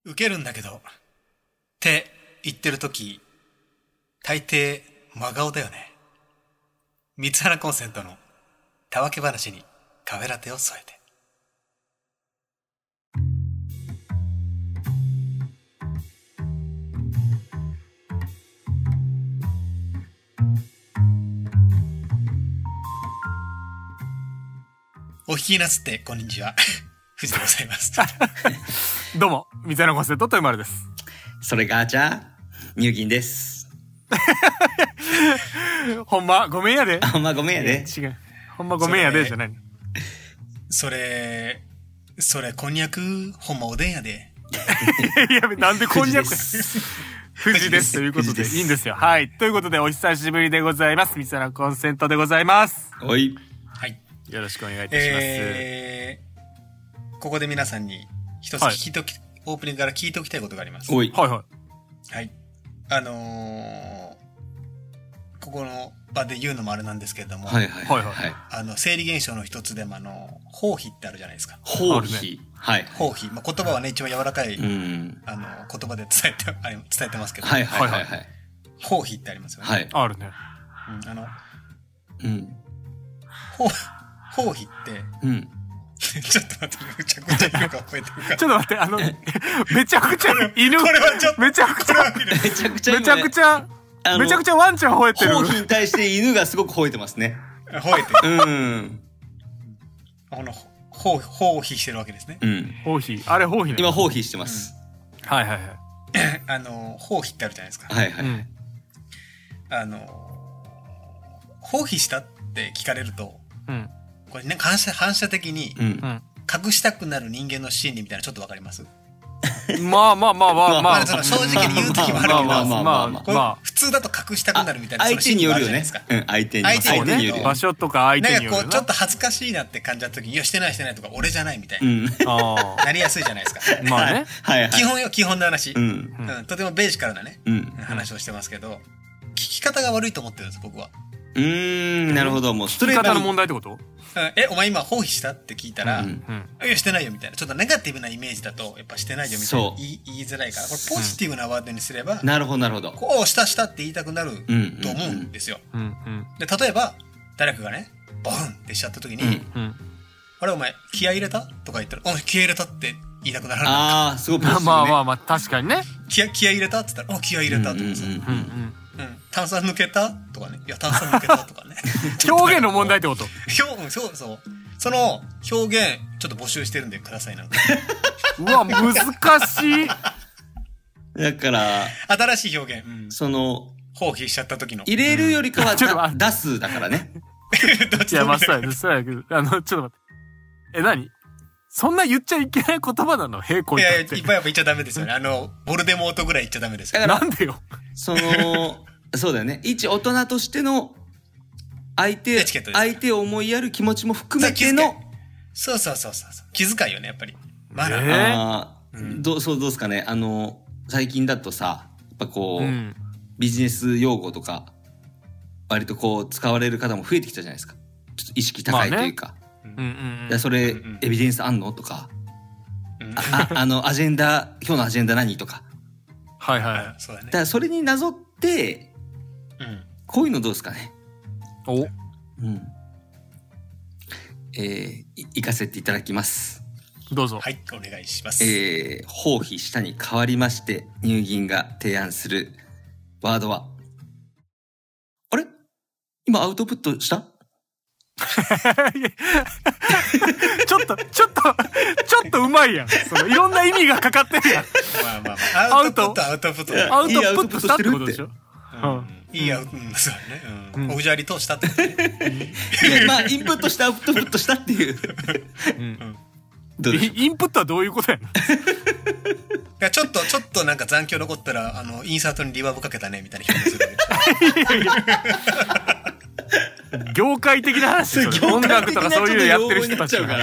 受けるんだけどって言ってるとき、大抵真顔だよね。三原コンセントのたわけ話にカフェラテを添えて。お聞きなすってこんにちは。藤でございます。 どうも、三原コンセントというまるです。 それがじゃあ入銀です。 ほんまごめんやで。 ほんまごめんやで。 違う。ほんまごめんやでじゃない。 それこんにゃくほんまおでんやで。 いやなんでこんにゃく。 藤藤ですということでいいんですよ。はい。ということでお久しぶりでございます。三原コンセントでございます。 おい。 はい。 よろしくお願いいたします。 ここで皆さんに一つオープニングから聞いておきたいことがあります。 おい。 はいはい。 はい。ここの場で言うのもあれなんですけれども、 はいはいはいはい。生理現象の一つでも包皮ってあるじゃないですか。 包皮。はい。 包皮。まあ、言葉はね、一番柔らかい、言葉で伝えてますけど。 はいはいはいはい。 包皮ってありますよね。 はい。 あるね。 包皮って、ちょっと待って、めちゃくちゃ犬が吠えてるから。 ちょっと待って、めちゃくちゃ犬、 これはちょっと、 めちゃくちゃワンちゃん吠えてる。 包皮に対して犬がすごく吠えてますね。 吠えてる。包皮してるわけですね。 包皮。あれ包皮ね。 今包皮してます。 はいはいはい。 包皮ってあるじゃないですか。 はいはい。 包皮したって聞かれると、これね、反射的に隠したくなる人間の心理みたいなちょっとわかります？ まあ正直に言う時もあるけど、 まあ普通だと隠したくなるみたいな相手によるよね。 相手による。 場所とか相手による。 なんかこうちょっと恥ずかしいなって感じた時に、いやしてないとか俺じゃないみたいななりやすいじゃないですか。 まあね。 基本の話。とてもベーシカルなね話をしてますけど、聞き方が悪いと思ってるんです僕は。 なるほど。もうストレート方の問題ってこと？ お前今包皮したって聞いたら、いやしてないよみたいな、ちょっとネガティブなイメージだとやっぱしてないよみたいな言いづらいから、これポジティブなワードにすれば、 なるほど。 こうしたって言いたくなると思うんですよ。で例えば誰かがねボンってしちゃった時に、あれお前気合い入れたとか言ったら、気合い入れたって言いたくならない。 ああすごいポジティブね。 まあ確かにね。 気合い入れたって言ったら、気合い入れたとかさ、炭酸抜けたとかね、いや炭酸抜けたとかね。 表現の問題ってこと？ そうその表現ちょっと募集してるんでくださいな。 うわ難しい。 だから新しい表現、 その放棄しちゃった時の入れるよりかは出すだからね。 いやまあそうやけどちょっと待って。何？そんな言っちゃいけない言葉なの？平行に。 いやいっぱい言っちゃダメですよね。ボルデモートぐらい言っちゃダメですよ。 なんでよ。 そうだよね。一大人としての相手を思いやる気持ちも含めての。 そう。気遣いよね、やっぱり。 どうですかね。最近だとさ、やっぱこう、ビジネス用語とか、割とこう、使われる方も増えてきたじゃないですか。ちょっと意識高いというか。それ、エビデンスあんのとか。今日のアジェンダ何とか。 はいはい。 そうだね。 だからそれになぞって、こういうのどうですかね。行かせていただきます。 どうぞ。 はい、お願いします。 包皮下に変わりまして、乳銀が提案するワードは、あれ？今アウトプットした？ ちょっとうまいやん。いろんな意味がかかってるやん。 まあ。アウトプットしたってことでしょ？ いいや、そうね。オブジャーリ通したってことね。 まあ、インプットしたアウトプットしたっていう。 インプットはどういうことやの？ ちょっとなんか残響残ったら、インサートにリバーブかけたねみたいな表現するわけでしょ。 業界的な話。音楽とかそういうのやってる人たちだから。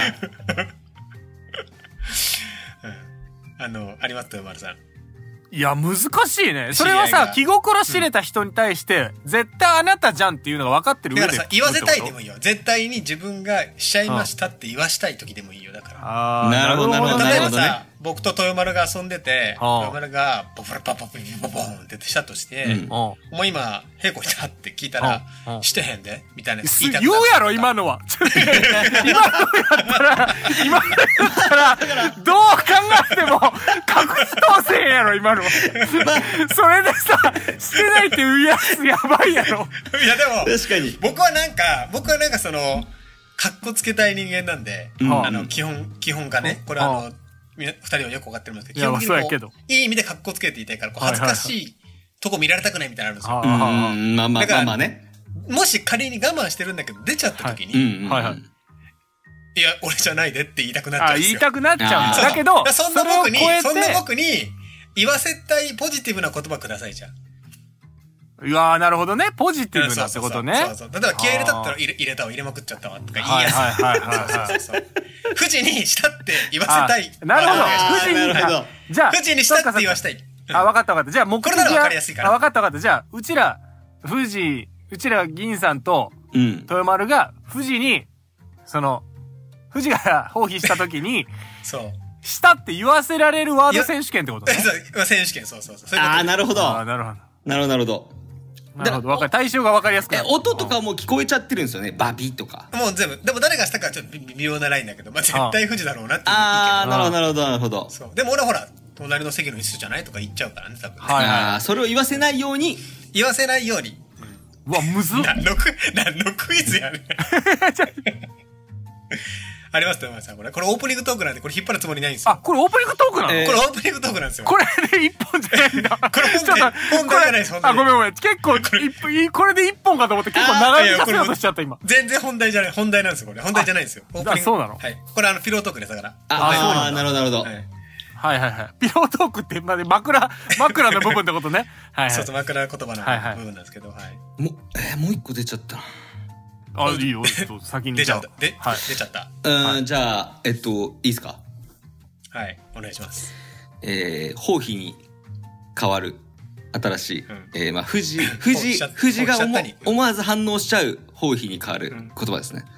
ありますよ、丸さん。 いや難しいね。それはさ、気心知れた人に対して絶対あなたじゃんっていうのが分かってる上で。 だからさ、言わせたいでもいいよ。絶対に自分がしちゃいましたって言わしたい時でもいいよ。だから。 なるほど。 例えばさ、 僕と豊丸が遊んでて、 はあ豊丸がボフラパパピピポポンってしたとして、 うんもう今、平子したって聞いたら、 はあしてへんでみたいな言うやろ、今のは。今のやったら、どう考えても、確実当せんやろ、今のは。それでさ、してないって言うやつやばいやろ。 いやでも、 確かに。 僕はなんかその、かっこつけたい人間なんで、基本がね、これ二人はよくわかってるんですけど、基本的にこう、いい意味でかっこつけて言いたいから、恥ずかしいとこ見られたくないみたいなのあるんですよ。 まあまあね。 もし仮に我慢してるんだけど、出ちゃった時に、 はいはい。 いや、俺じゃないでって言いたくなっちゃうんですよ。 言いたくなっちゃうんだけど、 そんな僕に、言わせたいポジティブな言葉くださいじゃん。 いやー、なるほどね。ポジティブなってことね。 そう。例えば気合入れたったら入れたわ、入れまくっちゃったわとか言いやすい。はい。富士にしたって言わせたい。 なるほど。富士に。じゃあ、 富士にしたって言わせたい。 わかった。じゃあ、目的は。 これならわかりやすいから。 わかった。じゃあ、うちら銀さんと、豊丸が、富士に、富士が放棄したときに、 そう。 したって言わせられるワード選手権ってことね。 そう、選手権、そう。 なるほど。 なるほど。 なるほど。 対象が分かりやすくなる。 音とかも聞こえちゃってるんですよね。バビとか。 もう全部。でも誰がしたかはちょっと微妙なラインだけど、まあ、絶対富士だろうなっていう。 なるほど。 そう。でも俺はほら、隣の席の椅子じゃないとか言っちゃうからね、多分。 それを言わせないように。 言わせないように。 うわ、むずっ。 何のクイズやねん。ありますよ、さん。これオープニングトークなんで、これ引っ張るつもりないんですよ。 これオープニングトークなの？ これオープニングトークなんですよ。 これで一本じゃないんだ。 これ本題じゃないです、本当に。ごめん。結構、これで一本かと思って結構長引かせようとしちゃった、今。 全然本題じゃない、本題なんですよ、これ。本題じゃないんですよ。 そうなの？ はい。これピロートークです、だから。 なるほど。 はい。ピロートークって枕の部分ってことね。 そう、枕言葉の部分なんですけど、はい。 もう一個出ちゃった。 いいよ、先に。 出ちゃった。 じゃあ、いいですか？ はい、お願いします。 包皮に変わる新しい、富士が思わず反応しちゃう包皮に変わる言葉ですね。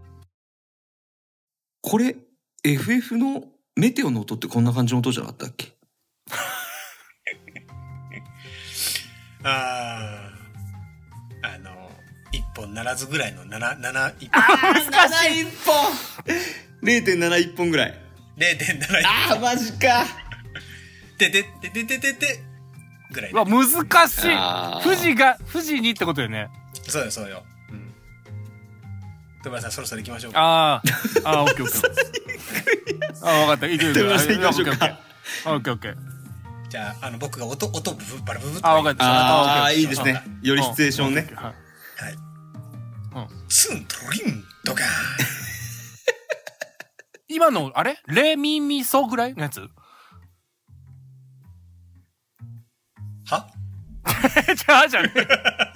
これ、FF のメテオの音ってこんな感じの音じゃなかったっけ？ 一本ならずぐらいの7、 難しい。 1本 !0.71 本ぐらい。 0.71 マジか。 でぐらい。 うわ、難しい。富士にってことよね。 そうよ。戸村さん、そろそろ行きましょうか。 オッケー。わかった。行く。 戸村さん行きましょうか。 オッケー。 じゃあ、僕が音ブバラブブって。 わかった。 いいですね。よりシチュエーションね。 はい。ツントリンとか。 今の、レミミソぐらいのやつ？ はじゃねえ。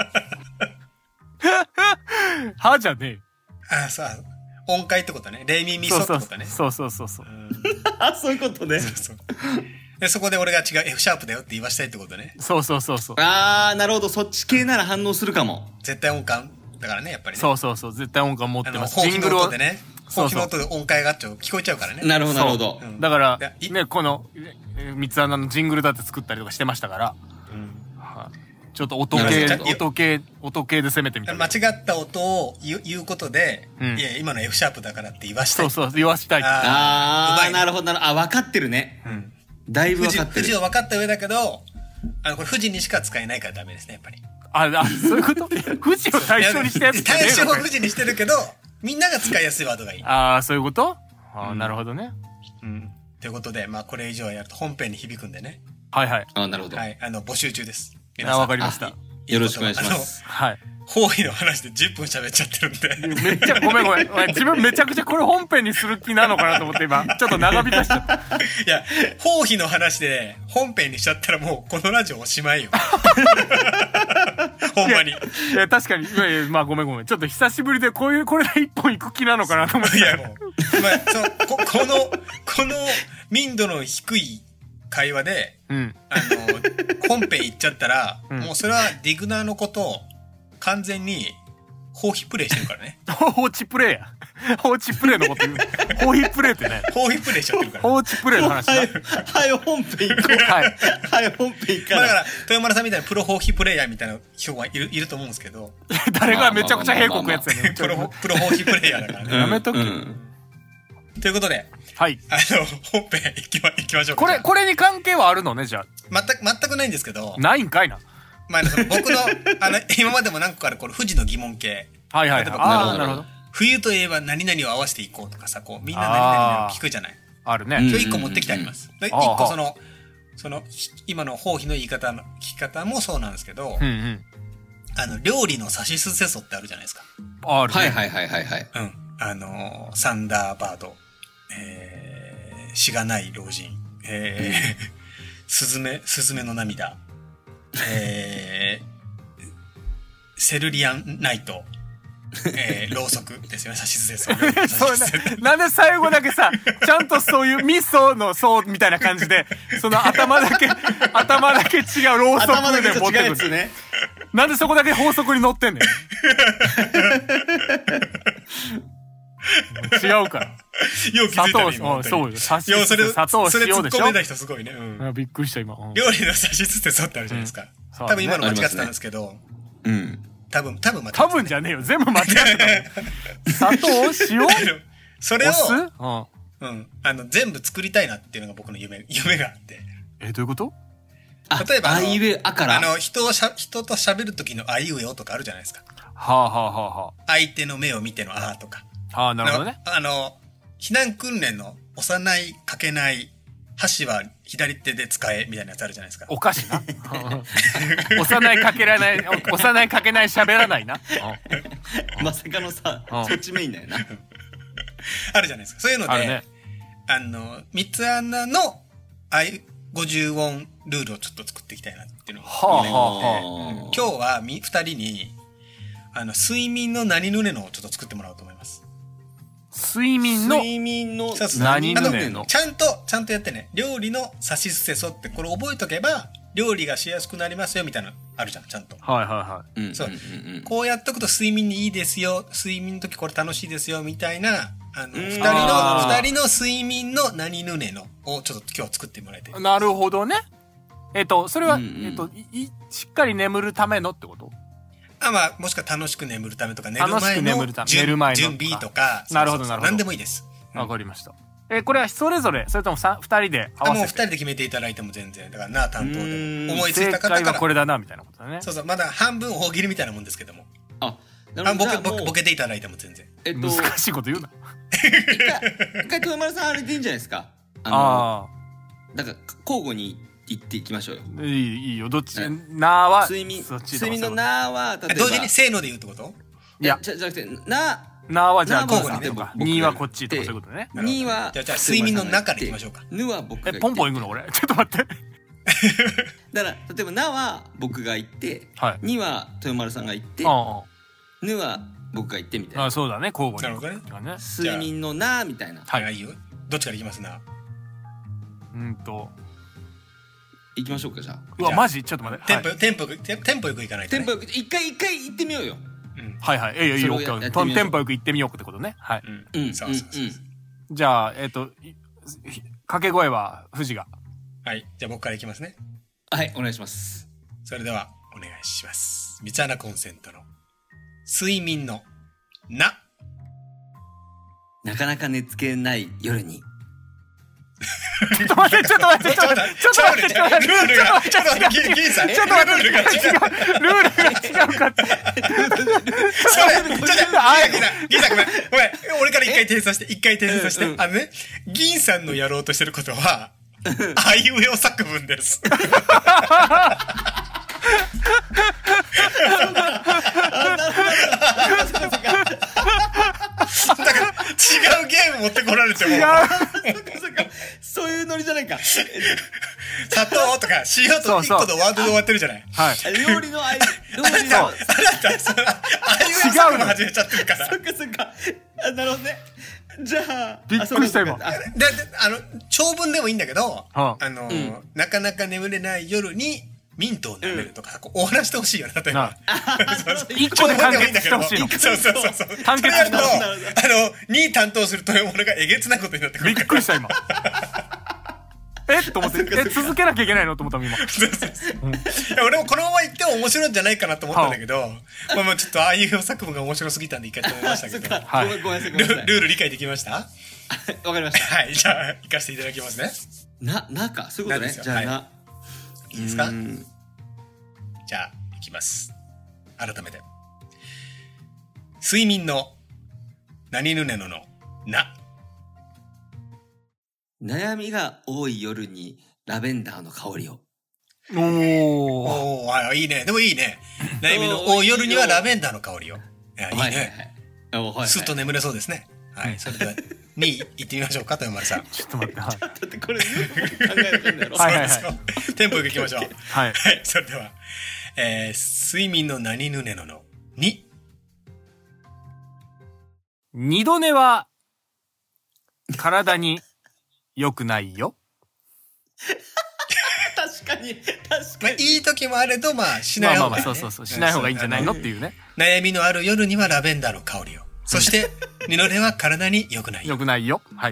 はじゃねえ。 さあ、音階ってことね。レミミソってことね。 そう。 そういうことね。 で、そこで俺が違う F シャープだよって言わしたいってことね。 そう。 なるほど。そっち系なら反応するかも。 絶対音感だからね、やっぱりね。 そう。絶対音感持ってます。 ほうきの音でね。ほうきの音で音階が聞こえちゃうからね。 なるほど。 だから、ね、この、三つ穴のジングルだって作ったりとかしてましたから、ちょっと音系で攻めてみた。 間違った音を言うことで、いや、今の F シャープだからって言わしたい。 そう、言わしたい。 なるほど。分かってるね。だいぶ分かってる。 富士は分かった上だけど、これ富士にしか使えないからダメですね、やっぱり。 そういうこと富士を対象にしたやつ対象を富士にしてるけど、みんなが使いやすいワードがいい。 そういうこと？なるほどね。 ということで、これ以上やると本編に響くんでね。 はい。 なるほど。 はい、募集中です。 わかりました。 よろしくお願いします。 はい。 包囲の話で10分喋っちゃってるんで。 めっちゃ、ごめん。自分めちゃくちゃこれ本編にする気なのかなと思って今、ちょっと長引かしちゃった。 いや、包囲の話で本編にしちゃったらもうこのラジオおしまいよ。ほんまに。いや、確かに。ごめん。ちょっと久しぶりでこれで一本行く気なのかなと思って。 いや、もう。この民度の低い会話で、本編行っちゃったら、もうそれはディグナーのことを完全に放棄プレイしてるからね。 放置プレイや。放置プレイのこと言う。放棄プレイってね。 放棄プレイしちゃってるから。 放置プレイの話だ。 はい本編行こう。はい。はい本編行かない。 だから豊丸さんみたいなプロ放棄プレイヤーみたいな人はいると思うんですけど。 誰がめちゃくちゃ閉国やつやねん。 プロ放棄プレイヤーだからね。 やめとけ。 ということで、 はい。 本編行きましょうか。 これに関係はあるのね、じゃあ。全くないんですけど。 ないんかいな。 まあ、僕の、今までも何個かあるこの富士の疑問系。 はいはい。ああ、なるほど。 冬といえば何々を合わせていこうとかさ、こう、みんな何々を聞くじゃない。 あるね。 今日1個持ってきてあります。1個その、今の放棄の聞き方もそうなんですけど、料理のさしすせそってあるじゃないですか。 あるね。 はいはいはいはい。 うん。サンダーバード、しがない老人、スズメの涙、セルリアンナイト、ろうそくですよね、さしすせそ。 そうね。なんで最後だけさ、ちゃんとそういう味噌の層みたいな感じで、その頭だけ違うろうそくで持ってくる。 ね。 なんでそこだけ法則に乗ってんねん。違うから。 よう気づいたね、今。 そうよ。砂糖、塩でしょ。 突っ込めた人すごいね。 びっくりした、今。 料理のさしすせそってあるじゃないですか。多分今の間違ってたんですけど。 うん。 多分間違ってた。 多分じゃねえよ。全部間違ってた。砂糖、塩それを、 うん。 全部作りたいなっていうのが僕の夢があって。 どういうこと？ 例えば、 あいうえ、あから。 人と喋る時のあいうえおとかあるじゃないですか。 はあはあはあ。 相手の目を見てのあーとか。 ああ、なるほどね。 避難訓練の押さない、かけない、箸は左手で使えみたいなやつあるじゃないですか。 おかしいな。押さない、かけらない、押さない、かけない、喋らないな。 まさかのさ、そっちメインだよな。 あるじゃないですか。そういうので、 ね、 三つ穴の50音ルールをちょっと作っていきたいなっていうのを今日は二人に睡眠の何ぬねのをちょっと作ってもらおうと思います。 睡眠の何ぬねのちゃんとやってね。料理のさしすせそってこれ覚えとけば料理がしやすくなりますよみたいなのあるじゃん、ちゃんと。 はいはいはい。そう。こうやっとくと睡眠にいいですよ。睡眠の時これ楽しいですよみたいな二人の睡眠の何ぬねのをちょっと今日作ってもらいたい。 なるほどね。それはしっかり眠るためのってこと？ まあもしくは楽しく眠るためとか寝る前の準備とか。 なるほどなるほど。 何でもいいです。 わかりました。これはそれぞれそれとも二人で合わせて？ もう二人で決めていただいても全然。だからな担当でも思いついた方から。 正解はこれだなみたいなことだね。 そうまだ半分大喜利みたいなもんですけども。ボケていただいても全然。 難しいこと言うな。 一回豊丸さんあれでいいんじゃないですか。だから交互に言っていきましょうよ。 いいよ。どっち？なーは睡眠のなーは例えば同時にせーので言うってこと？ いやじゃなくてなーはじゃあ交互にとかにはこっちとかそういうことね。 にはじゃあ睡眠の中でいきましょうか。 ぬは僕がポンポンいくのこれ？ちょっと待って。 だから例えばなは僕が言ってには豊丸さんが言ってぬは僕が言ってみたいな。 そうだね、交互に。 なるほどね。 睡眠のなみたいな。 はい、いいよ。どっちからいきますな。 行きましょうかじゃあ。 うわマジ？ちょっと待って。 テンポよくいかないと。 テンポよく一回行ってみようよ。 はいはい。いいよ。テンポよく行ってみようってことね。はい。 そう。 じゃあ掛け声は富士が。 はい。じゃあ僕からいきますね。 はい、お願いします。 それではお願いします。三つ穴コンセントの睡眠のな。 なかなか寝つけない夜に。 ちょっと待って。ルールが違う。かって。 銀さんごめん。俺から一回訂正させて。銀さんのやろうとしてることは、あいうえお作文です。だから違うゲーム持ってこられてもそういうノリじゃないか。 砂糖とか塩と1個のワードで終わってるじゃない。 はい。 料理のあいうえお作文始めちゃってるから。 そっか。なるほどね。じゃあびっくりした今。 長文でもいいんだけど、なかなか眠れない夜にミントを舐めるとかさ、お話してほしいよね、例えば。 一個で完結してほしいの。 そう。 完結してほしい。 に担当する豊物がえげつないことになってくる。 びっくりした今。と思って、続けなきゃいけないのと思ったもん今。 俺もこのまま言っても面白いんじゃないかなと思ったんだけど、まあちょっとああいう作文が面白すぎたんで一回止めましたけど。ルール理解できました？ わかりました。 はい、じゃあ、行かせていただきますね。 か、そういうことね。じゃあいいですか？じゃあ、いきます。改めて。睡眠の何ぬねののな。 悩みが多い夜にラベンダーの香りを。 おー、いいね。でもいいね。悩みの多い夜にはラベンダーの香りを。いいね。スッと眠れそうですね。はい。それでは、2位行ってみましょうか、豊丸さん。 ちょっと待って。だってこれ、考えなかったやろ。 そうですよ。テンポよく行きましょう。 はい。 それでは、睡眠の何ぬねのの2。 二度寝は、体に良くないよ。 確かに。 いい時もあれど、しない方がいい、ね。 そう。しない方がいいんじゃないのっていうね。 悩みのある夜にはラベンダーの香りを。そして、二度寝は体に良くないよ。 良くないよ。はい。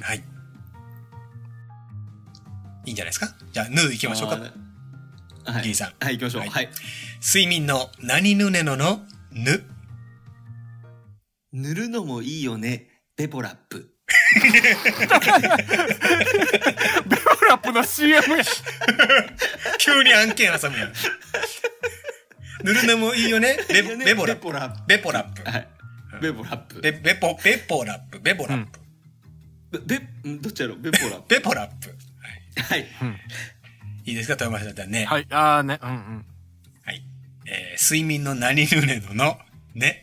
いいんじゃないですか？じゃあ、ヌー行きましょうか。ギリさん。 はい、行きましょう。はい。 睡眠の何ぬねののぬ。 塗るのもいいよね。ベポラップ。 ベポラップの CM や。 急に案件挟むやん。塗るのもいいよね。ベポラップ。ベポラップ。 ベポラップ。 ベポラップ。ベポラップ。 どっちやろ？ベポラップ。 ベポラップ。 はい。 いいですか、豊丸さんね。 はい。ね。はい。 睡眠の何ぬねののね。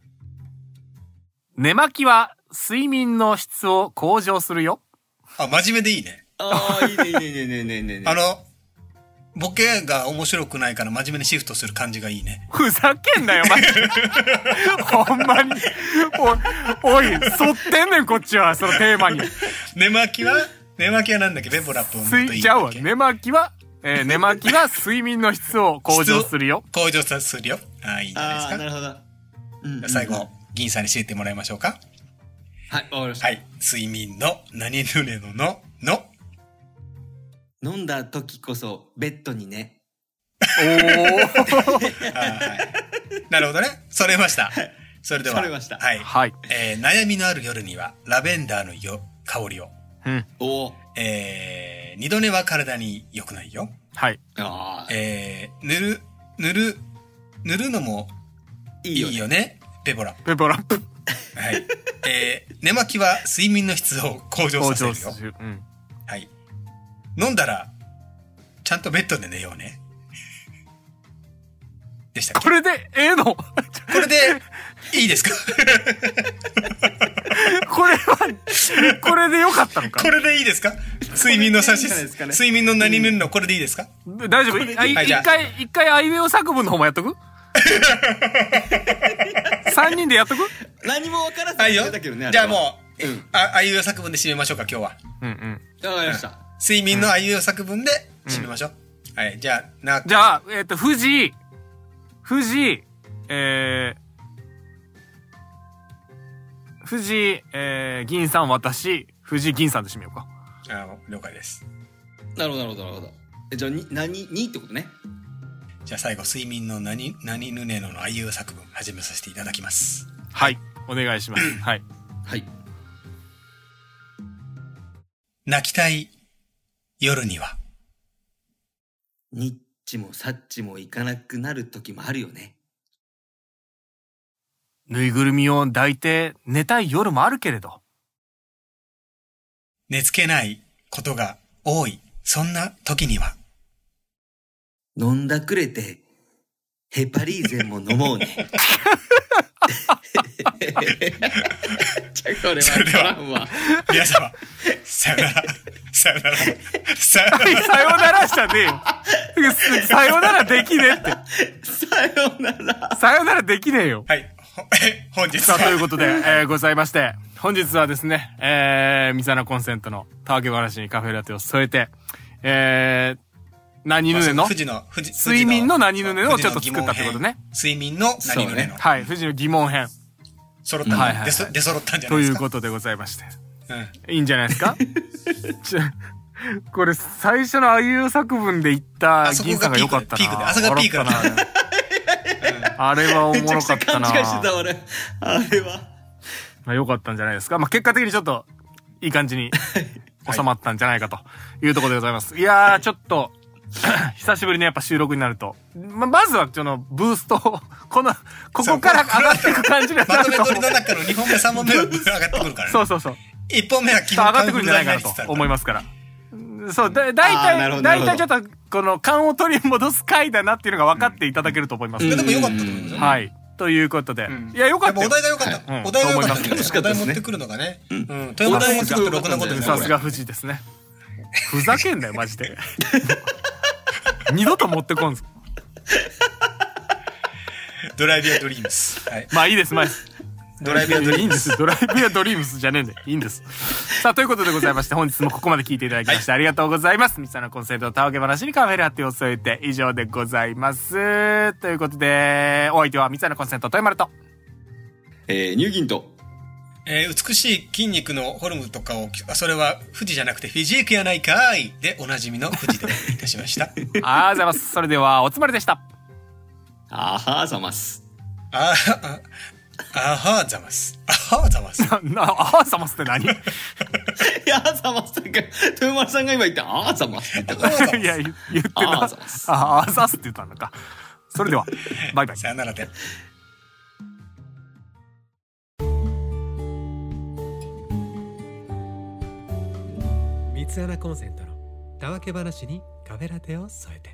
寝巻きは睡眠の質を向上するよ。 真面目でいいね。 いいね。 ボケが面白くないから真面目にシフトする感じがいいね。 ふざけんなよ、マジで。ほんまに。おい、沿ってんねん、こっちは、そのテーマに。 寝巻きはなんだっけ？ベポラップを塗るといい。 ちゃうわ。寝巻きは睡眠の質を向上するよ。 向上するよ。いいんじゃないですか。 なるほど。 最後、銀さんに教えてもらいましょうか。 はい、わかりました。 はい。睡眠の何ぬねのの。 飲んだ時こそベッドにね。 なるほどね。それました。それでは。 それました。 はい。悩みのある夜にはラベンダーの香りを。二度寝は体に良くないよ。 はい。 塗るのもいいよね。ベポラップ。 はい。 寝巻きは睡眠の質を向上させるよ。はい。飲んだらちゃんとベッドで寝ようね。でしたっけ？ これでの？これでいいですか？ これでよかったのか？ これでいいですか？睡眠の睡眠の何ぬんのこれでいいですか？ 大丈夫？一回あいうえお作文の方もやっとく？3人でやっとく？ 何も分からずに言ったけどね。 じゃあもう、あいうえお作文で締めましょうか、今日は。 わかりました。 睡眠のあいうえお作文で締めましょう。はい、じゃあ、 富士、銀さん、私、藤銀さんで締めようか。 了解です。 なるほど。じゃあ、何ってことね。 じゃあ最後、睡眠の何ぬねのあいうえお作文始めさせていただきます。 はい、お願いします。はい。 泣きたい夜には。 ニッチもサッチもいかなくなる時もあるよね。 ぬいぐるみを抱いて寝たい夜もあるけれど。 寝つけないことが多い、そんな時には。 飲んだくれて、ヘパリーゼンも飲もうね。 それでは、皆様、さよなら。さよならしたねえよ。さよならできねえって。さよならできねえよ。はい。本日は。 ということで、ございまして、本日はですね、三沢コンセントのたわけ話にカフェラテを添えて、 何ぬねの睡眠の何ぬねをちょっと作ったってことね。 睡眠の何ぬねの。 はい、富士の疑問編。 揃ったんじゃないですか。出揃ったんじゃないですか。 ということでございまして。いいんじゃないですか。これ最初のあいうえお作文で言った銀さんが良かったな。 あそこがピークだった。 あれはおもろかったな。 勘違いしてた俺。あれは。 まあ良かったんじゃないですか。まあ結果的にちょっといい感じに収まったんじゃないかというところでございます。いやーちょっと久しぶりにやっぱ収録になると、まずはそのブーストをここから上がっていく感じになると。 まとめ取りの中の2本目3本目は上がってくるからね。 そう。 1本目は基本上がってくるんじゃないかなと思いますから。そう、だいたいちょっとこの勘を取り戻す回だなっていうのが分かっていただけると思います。 でも良かったと思いますよ。 はい。ということで。いや、良かった。 お題が良かった。お題が良かった。お題持ってくるのがね。お題持ってくるろくなことです。 さすが富士ですね。ふざけんなよ、マジで。二度と持ってこんぞ。 ドライビアドリームス。 まあいいです、まあいいです。 ドライビアドリームス。 ドライビアドリームスじゃねえんで。いいんです。さあ、ということでございまして、本日もここまで聞いていただきましてありがとうございます。三つ穴コンセントたわけ話にカフェラテを添えて以上でございます。ということで、お相手は三つ穴コンセント豊丸と、 乳銀と、 美しい筋肉のフォルムとかを、それは富士じゃなくてフィジークやないかいでおなじみの富士でお送りいたしました。 ありがとうございます。それではおつまりでした。 あはざます。 あはざます。あはざます。 あはざますって何？いや、あざますってか、豊丸さんが今言った、あざますって言ったから。 いや、言ってな。あざすって言ったのか。それでは、バイバイ。 さよならで。三つ穴コンセントのたわけ話にカフェラテを添えて。